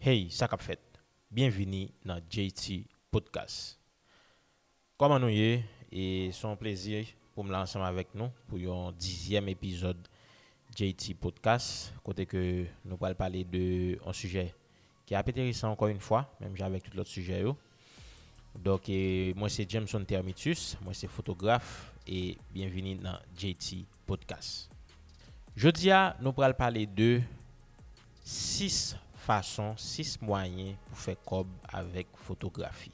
Hey, ça qu'a fait? Bienvenue dans JT Podcast. Comment nous y est? Et c'est un plaisir pour me lancer avec nous pour un 10e épisode JT Podcast. Côté que nous allons parler de un sujet qui est intéressant encore une fois, même avec tout l'autre sujet. Donc, moi c'est Jameson Termitus, moi c'est photographe et bienvenue dans JT Podcast. Jeudi, nous allons parler de 6 façons, 6 moyens pour faire cob avec photographie.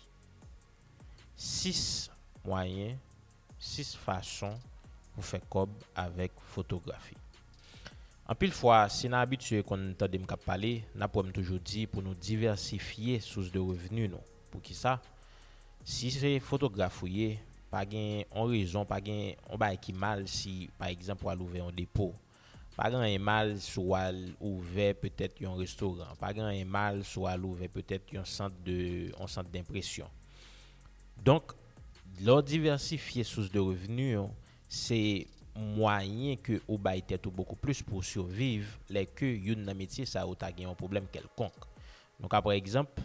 6 moyens, 6 façons pour faire cob avec photographie. En pile fois, si nous habitué qu'on entend me parler, n'a pas toujours dit pour nous diversifier sources de revenus non. Pour qui ça? Si c'est photographe pas gain en raison, pas gain on ba qui mal si par exemple pour ouvrir un dépôt. Pas grand mal soit ouvert peut-être un restaurant, pas grand mal soit ouvert peut-être un centre d'impression. Donc leur diversifier source de revenus c'est moyen que ou ba tête beaucoup plus pour survivre les que une dans métier ça ou ta un problème quelconque. Donc par exemple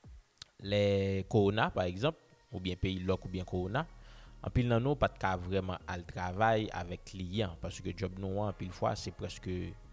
les corona par exemple ou bien pays loc ou bien corona en pile nan nou pas de cas vraiment al travail avec client parce que job nou en pile fois c'est presque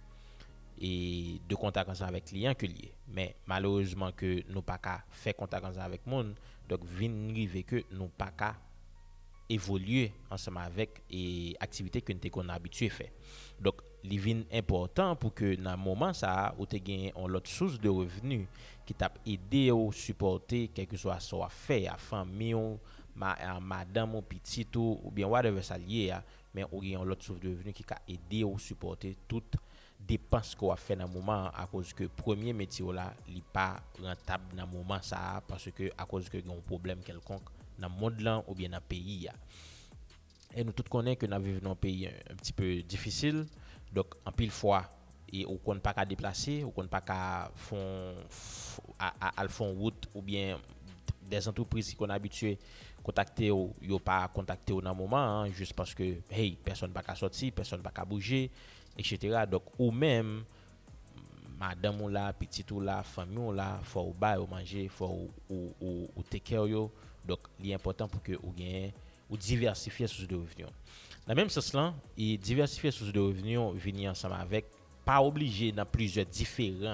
et de contact ensemble avec client que lié mais malheureusement que nous pas ka faire contact ensemble avec monde donc vinn rive que nous pas ka évoluer ensemble avec et activité que nous qu'on habitué faire donc li vinn important pour que dans moment ça ou te gagner en l'autre source de revenus qui t'a aidé ou supporter quelque soit soit fait à famille madame ou petit ou bien whatever ça lié mais ou gen l'autre source de revenus qui a aidé ou supporter toute dépense qu'on a fait dans moment à cause que premier métier là li pas rentable dans moment ça parce que à cause que un problème quelconque dans monde là ou bien dans pays et nous tous connaissons que nous vivons dans un pays un petit peu difficile donc en pile fois et on ne pas qu'à déplacer on ne pas qu'à font route ou bien des entreprises qui sont habituées contacter ou yo pas contacter au dans moment juste parce que hey personne pas qu'à sortir personne pas qu'à bouger etc. donc ou même madame ou là petit ou là famille ou là faut ou bail ou manger faut ou take care yo donc il est important pour que ou gagne ou diversifier sources de revenus dans même sens là et diversifier sources de revenus venir ensemble avec pas obligé dans plusieurs différents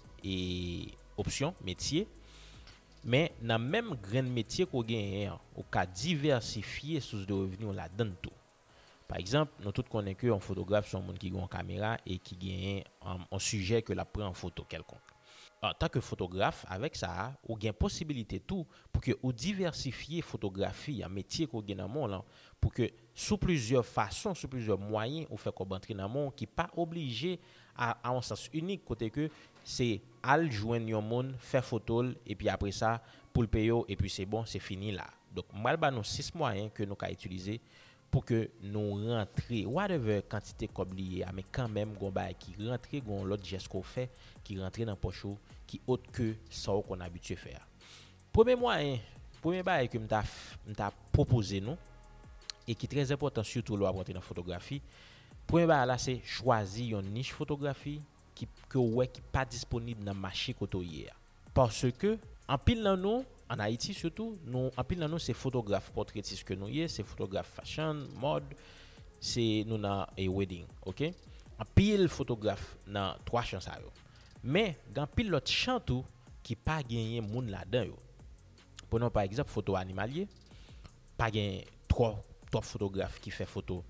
et options métiers mais dans même grand métier qu'on gagne ou ka diversifier sources de revenus là-dedans tout. Par exemple, nous tous connaissons que un photographe c'est un monde qui a une caméra et qui gagne un sujet que la prend en photo quelconque. En tant que photographe, avec ça, ou gain possibilité tout pour que ou diversifier photographie, un métier qu'on gagne dans le monde pour que sous plusieurs façons, sous plusieurs moyens, ou faire qu'on entrer dans le monde qui pas obligé à un sens unique côté que c'est al joindre un monde, faire photo et puis après ça pour le payer et puis c'est bon, c'est fini là. Donc moi nous 6 moyens que nous avons utiliser pour que nous rentrer whatever quantité comme lié mais quand même gon bail qui rentrer gon l'autre geste qu'on fait qui rentrer dans poche qui autre que ça qu'on habitué faire. Premier moyen, premier bail que m'ta proposé nous et qui est très important surtout là rentrer dans photographie. Premier bail là c'est choisir une niche photographie qui pas disponible dans marché côté parce que en pile dans nous en Haïti surtout nous en pile dans nous c'est photographe portraitiste que nous c'est photographe fashion mode c'est nous dans et wedding OK en pile photographe dans trois champs ça mais dans pile l'autre champ tout qui pas gagner monde là-dedans prenons par exemple photo animalier pas gagner trois photographes qui fait photo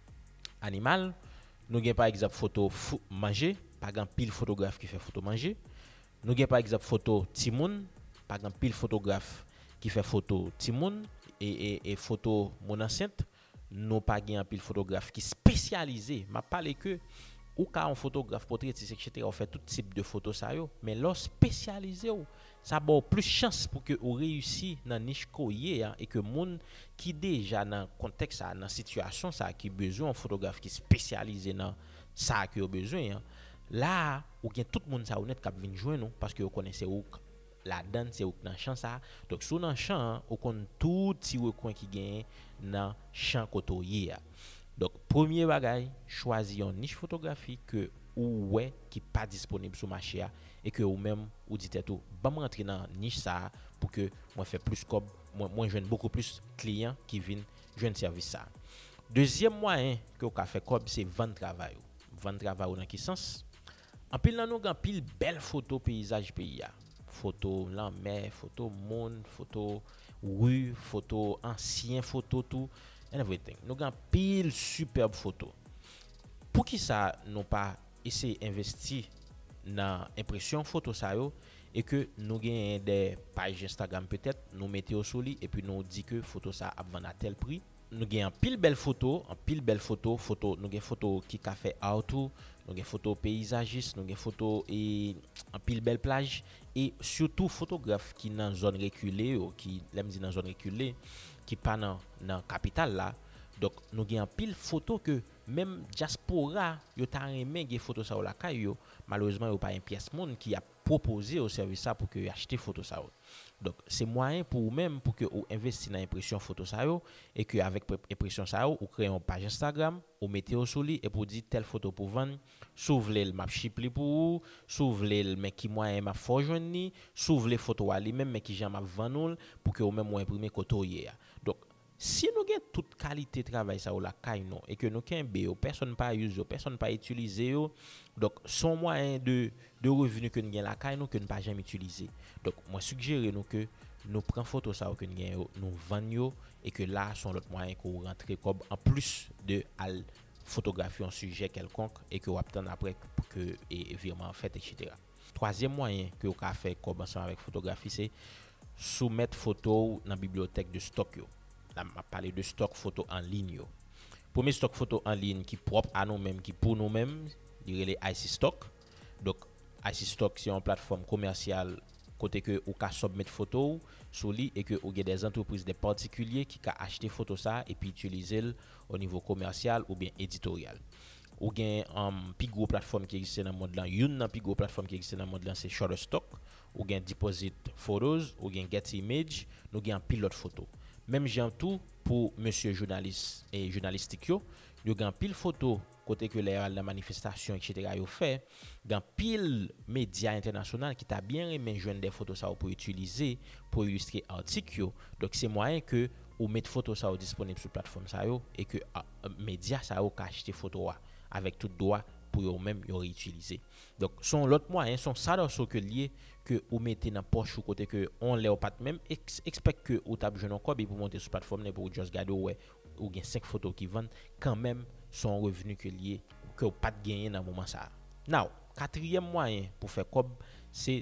animal nous gagne par exemple photo manger pas grand pile photographe qui fait photo manger nous gagne par exemple photo timoun par exemple pile photographe qui fait photo timoun et photo mon enceinte nous pas gagne pile photographe qui spécialisé m'a parlé que ou ka un photographe portraitiste etc. on fait tout type de photos ça yo mais leur spécialisé ça bon plus chance pour que ou réussi dans niche koyé et que monde qui déjà dans contexte ça dans situation ça qui besoin un photographe qui spécialisé dans ça qui a besoin là ou bien tout le monde ça honnête qui vient joindre nous parce que vous connaissez ou la donne c'est dans champ ça donc sous dans champ on connaît tout petit recoin qui gagne dans champ côtoyer donc premier bagage choisir une niche photographie que ou ouais qui pas disponible sur marché et que ou même ou dit tout ba rentrer dans niche ça pour que moi faire plus comme moi joindre beaucoup plus clients qui viennent joindre service ça. Deuxième moyen que vous fait comme c'est vendre travail. Vendre travail dans quel sens? En pile nan nou gan pile belle photo paysage pays a. Photo la mer, photo monde, photo rue, photo ancien photo tout and everything. Nous gan pile superbe photo. Pour qui ça non pas essayer investir dans impression photo ça yo et que nous gagnons des pages Instagram peut-être nous mettons sur lui et puis nous dit que photo ça a vendre à tel prix. Nous gagnons pile belle photo, nous gagnons photo qui a fait auto, nous gagnons photo paysagiste, nous gagnons photo et en pile belle plage et surtout photographe qui dans zone reculée ou qui l'aime dire dans zone reculée qui pas dans capitale là. Donc nous gagnons pile photo que même diaspora yo ta aimé gè photo ça ou la caille yo malheureusement yo pas un pièce monde qui a proposé au service ça pour que acheter photo ça. Donc c'est moyen pour vous même pour que vous investissez dans impression photo ça yo et que avec impression ça yo vous créez une page Instagram, vous mettez au soli et pour dire telle photo pour vendre, s'ouvre le map ship li pour vous, s'ouvre le mais qui moyen m'a faut joindre ni, s'ouvre les photos à lui même mais qui j'aime vendre pour que vous même vous imprimer koto hier. Donc si nous avons toute qualité de travail ça ou la caille non et que nous avons personne pas use personne pas utiliser donc son moyen de revenu que nous avons la caille nous que nous pas jamais utiliser. Donc moi suggérer nous que nous prend photo ça que nous avons nous vendons et que là sont l'autre moyen qu'on rentrer comme en plus de al photographier un sujet quelconque et que vous attendre après pour que et virement fait etc. Troisième moyen que vous faire comme ensemble avec photographie c'est soumettre photo dans bibliothèque de stock yo. Là, m'a parlé de stock photo en ligne. Premier stock photo en ligne qui propre à nous-mêmes, qui pour nous-mêmes, il les IC Stock. Donc IC Stock c'est une plateforme commerciale côté que ou ka submettre photo sur lui et que ou a des entreprises des particuliers qui ka acheter photo ça et puis utiliser au niveau commercial ou bien éditorial. Ou gen plus gros plateforme qui existe dans le monde là, une plus gros plateforme qui existe dans le monde là c'est Shutterstock, ou gen Deposit Photos, ou gen Get Image, nous gen pilote photo. Même j'ai tout pour monsieur journaliste et journalistique yo gan pile photo côté que la manifestation etc. yo fait gan pile médias international qui t'a bien aimé joindre des photos ça pour utiliser pour illustrer article yo. Donc c'est moyen que ou mettre photos ça disponible sur plateforme ça yo et que médias ça yo acheter photo avec tout droit pour eux même yo réutiliser. Donc son l'autre moyen sont ça dans ce que lié que ou mettez dans poche ou côté que on les pas même expect que ou t'a besoin encore pour monter sur plateforme pour juste garder ouais ou gain 5 photos qui vendent quand même son revenu que lié que pas de gagner dans moment ça. Now, quatrième moyen pour faire comme c'est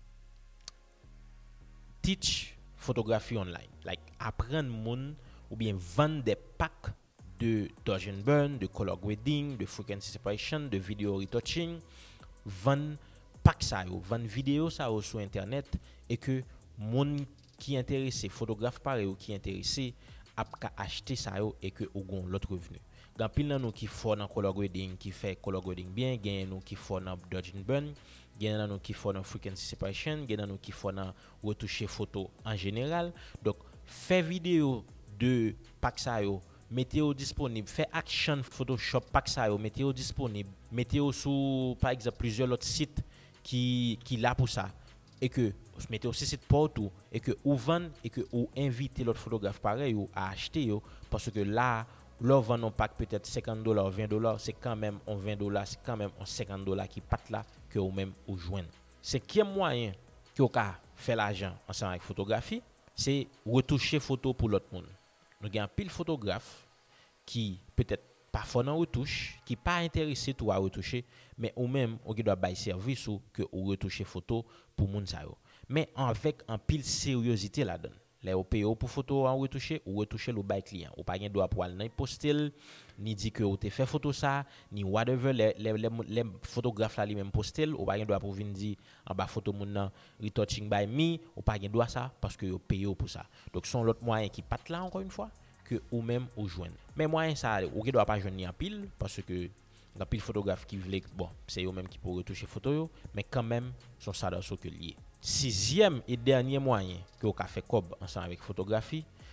teach photographie online, like apprendre monde ou bien vendre des packs de dodge and burn, de color grading, de frequency separation, de video retouching, vendre pack ça yo, vendre vidéo ça sur internet et que monde qui intéressé photographe pareil ou qui intéressé a acheter ça yo et que ou gon l'autre revenu. Gan pile nan nou qui fort dans color grading qui fait color grading bien, gen nou qui fort dans dodge and burn, gen nan nou qui fort dans frequency separation, gen nan nou qui fort dans retoucher photo en général. Donc fait vidéo de pack ça yo mettez-au disponible, fait action Photoshop pack ça yo mettez-au disponible, mettez-au sur par exemple plusieurs autres sites qui là pour ça et que mettez aussi site partout et que ou vendre et que ou inviter l'autre photographe pareil ou à acheter yo parce que là leur vend un pack peut-être $50 $20 c'est quand même on $20 c'est quand même on $50 qui pat là que ou même ou joindre. C'est quel moyen que ou ka faire l'argent ensemble avec photographie, c'est retoucher photo pour l'autre monde. Nous avons pile photographe qui peut-être pas fort dans retouche, qui pas intéressé tout à retoucher, mais ou même on doit bailler service ou que ou retoucher photo pour moun sa yo. Mais avec un pile sérieuxité là-dedans. Les au paye pour photo en retoucher ou retoucher le bail client. Ou pas gen droit pour aller poster ni dit que ou te fait photo ça, ni whatever les photographes là lui même poster ou pas gen droit pour venir dire en bas photo moun nan retouching by me, ou pas gen droit ça parce que yo paye pour ça. Donc son l'autre moyen qui pat là encore une fois que ou même ou joindre. Mais moyen ça ou doit pas joindre en pile parce que dans pile photographe qui veut bon, c'est eux même qui pour retoucher photo yo, mais quand même son ça dans ce que lié. Sixième et dernier moyen que vous avez fait cob ensemble avec photographie,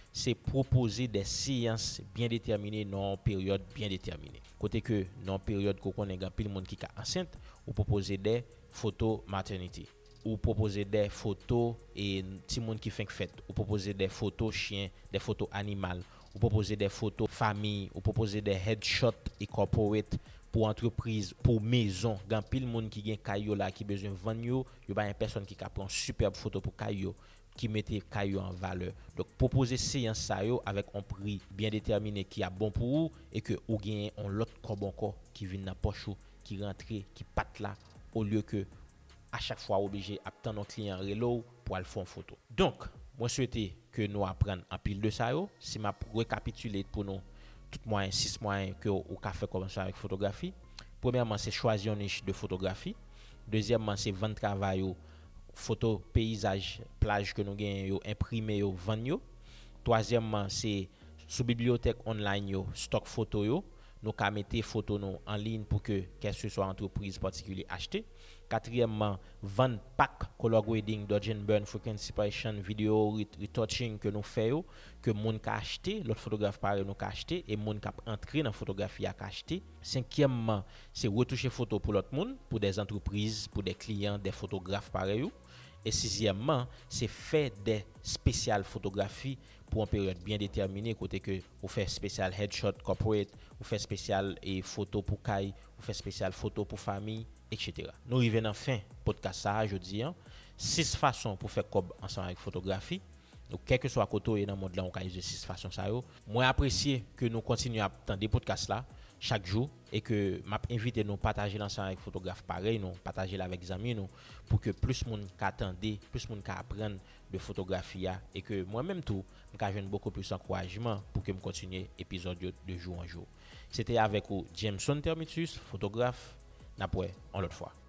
c'est proposer des séances bien déterminées dans une période bien déterminée. Côté que dans une période qu'on connaît grand pile monde qui est enceinte, ou proposer des photos maternité, ou proposer des photos et petit monde qui fait fête, ou proposer des photos chiens, des photos animales, ou proposer des photos famille, ou proposer des headshots et corporate pour entreprise, pour maison. Grand pile monde qui gen kayo là qui besoin vendre yo, y a une personne qui prend superbe photo pour kayo qui mettait caillou en valeur. Donc proposer séance ça yo avec un prix bien déterminé qui a bon pour vous et que ou gagne un l'autre cob encore qui vient dans poche qui rentre qui patte là au lieu que à chaque fois obligé attendre un client relo pour aller faire une photo. Donc moi souhaiter que nous apprendre en pile de ça yo, si m'a récapituler pour nous tout moyen 6 moyens que ou ka faire comme ça avec photographie. Premièrement, c'est choisir une niche de photographie. Deuxièmement, c'est vendre travail photo paysage plage que nous gagnons imprimé yo vendre yo. Troisièmement, c'est sous bibliothèque online yo stock photo yo nous ka mettre photo nous en ligne pour que quelle que soit entreprise particulière acheter. Quatrièmement, vendre pack color grading, dodge and burn, frequency separation, vidéo retouching que nous faisons que moun ka acheter, l'autre photographe pareil nous ka acheter et moun ka entrer dans photographie a ka acheter. Cinquièmement, c'est retoucher photo pour l'autre monde, pour des entreprises, pour des clients, des photographes pareil. Et sixièmement, c'est faire des spéciales photographies pour une période bien déterminée, côté que vous faites spécial headshot corporate, vous faites spécial et photo pour caille, vous faites spécial photo pour famille, etc. Nous arrivons en fin podcast ça jeudi, 6 façons pour faire cob ensemble avec photographie. Donc quel que soit côté dans le monde là, on peut utiliser 6 façons ça yo. Moi apprécier que nous continuons à attendre des podcasts là chaque jour et que m'a invité nous partager l'ensemble avec photographe pareil nous partager avec des amis nous pour que plus monde qu'attendait plus monde qu'apprendre de photographie et que moi-même tout m'ka joindre beaucoup plus encouragement pour que me continuer épisode de jour en jour. C'était avec vous Jameson Termitus photographe n'a pas en l'autre fois.